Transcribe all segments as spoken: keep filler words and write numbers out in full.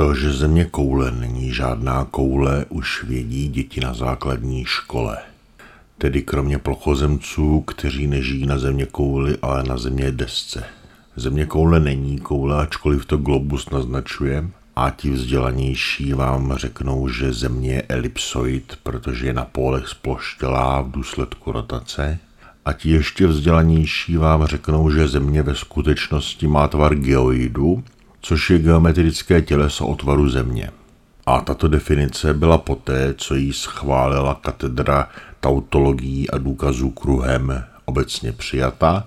To, že Země koule není žádná koule, už vědí děti na základní škole. Tedy kromě plochozemců, kteří nežijí na Zeměkouli, ale na Zemědesce. Zeměkoule není koule, ačkoliv to globus naznačuje, a ti vzdělanější vám řeknou, že Země je elipsoid, protože je na pólech sploštělá v důsledku rotace. A ti ještě vzdělanější vám řeknou, že Země ve skutečnosti má tvar geoidu, což je geometrické těleso o tvaru Země. A tato definice byla poté, co ji schválila katedra tautologií a důkazů kruhem, obecně přijata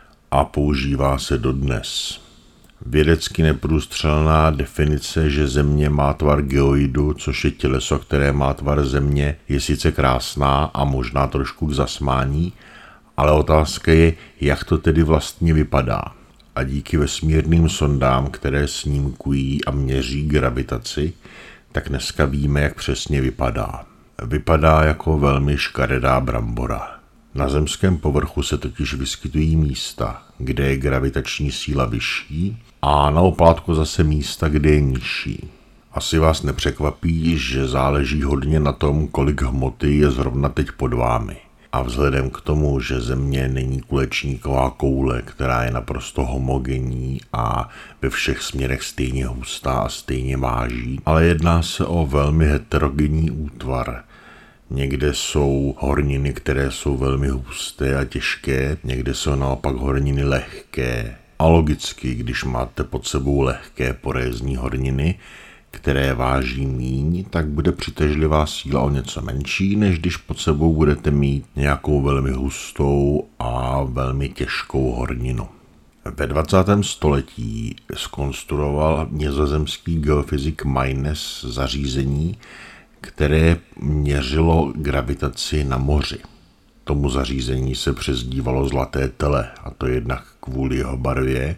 a používá se dodnes. Vědecky neprůstřelná definice, že Země má tvar geoidu, což je těleso, které má tvar Země, je sice krásná a možná trošku k zasmání, ale otázka je, jak to tedy vlastně vypadá. A díky vesmírným sondám, které snímkují a měří gravitaci, tak dneska víme, jak přesně vypadá. Vypadá jako velmi škaredá brambora. Na zemském povrchu se totiž vyskytují místa, kde je gravitační síla vyšší, a na oplátku zase místa, kde je nižší. Asi vás nepřekvapí, že záleží hodně na tom, kolik hmoty je zrovna teď pod vámi. A vzhledem k tomu, že Země není kulečníková koule, která je naprosto homogenní a ve všech směrech stejně hustá a stejně váží, ale jedná se o velmi heterogenní útvar. Někde jsou horniny, které jsou velmi husté a těžké, někde jsou naopak horniny lehké. A logicky, když máte pod sebou lehké porézní horniny, které váží míň, tak bude přitažlivá síla o něco menší, než když pod sebou budete mít nějakou velmi hustou a velmi těžkou horninu. Ve dvacátém století zkonstruoval nizozemský geofyzik Maines zařízení, které měřilo gravitaci na moři. Tomu zařízení se přezdívalo zlaté tele, a to jednak kvůli jeho barvě,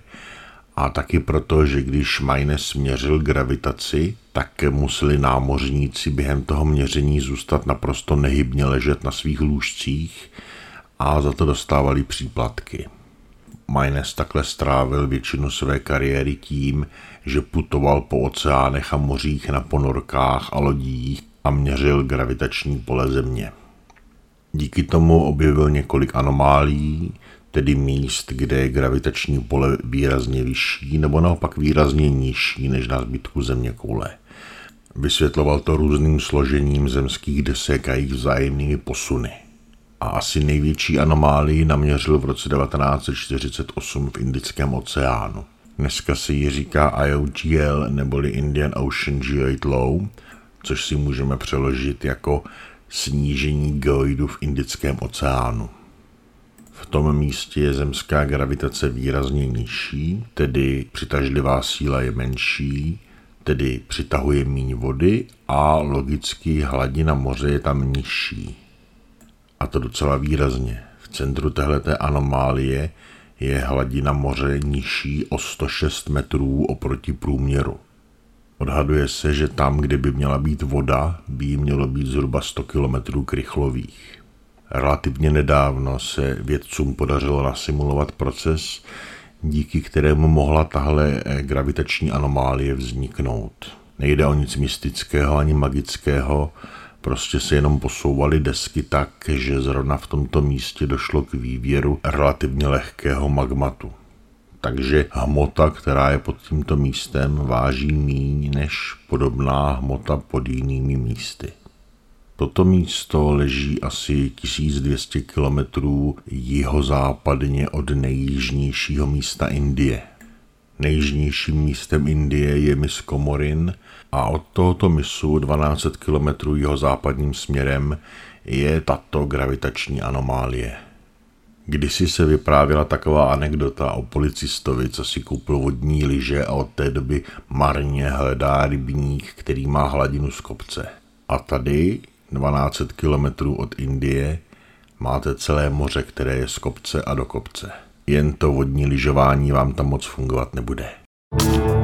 a taky proto, že když Maines měřil gravitaci, tak museli námořníci během toho měření zůstat naprosto nehybně ležet na svých lůžcích a za to dostávali příplatky. Maines takhle strávil většinu své kariéry tím, že putoval po oceánech a mořích na ponorkách a lodích a měřil gravitační pole Země. Díky tomu objevil několik anomálií, tedy míst, kde je gravitační pole výrazně vyšší nebo naopak výrazně nižší než na zbytku Zeměkoule. Vysvětloval to různým složením zemských desek a jejich vzájemnými posuny. A asi největší anomálii naměřil v roce devatenáct set čtyřicet osm v Indickém oceánu. Dneska se ji říká I O G L neboli Indian Ocean Geoid Law, což si můžeme přeložit jako snížení geoidu v Indickém oceánu. V tom místě je zemská gravitace výrazně nižší, tedy přitažlivá síla je menší, tedy přitahuje míň vody a logicky hladina moře je tam nižší. A to docela výrazně. V centru téhleté anomálie je hladina moře nižší o sto šest metrů oproti průměru. Odhaduje se, že tam, kde by měla být voda, by jí mělo být zhruba sto kilometrů krychlových. Relativně nedávno se vědcům podařilo nasimulovat proces, díky kterému mohla tahle gravitační anomálie vzniknout. Nejde o nic mystického ani magického, prostě se jenom posouvaly desky tak, že zrovna v tomto místě došlo k vývěru relativně lehkého magmatu. Takže hmota, která je pod tímto místem, váží míň než podobná hmota pod jinými místy. Toto místo leží asi tisíc dvě stě kilometrů jihozápadně od nejjižnějšího místa Indie. Nejjižnějším místem Indie je mys Komorin a od tohoto mysu dvanáct set kilometrů jihozápadním směrem je tato gravitační anomálie. Kdysi se vyprávěla taková anekdota o policistovi, co si koupil vodní lyže a od té doby marně hledá rybník, který má hladinu z kopce. A tady, dvanáct set kilometrů od Indie, máte celé moře, které je z kopce a do kopce. Jen to vodní lyžování vám tam moc fungovat nebude.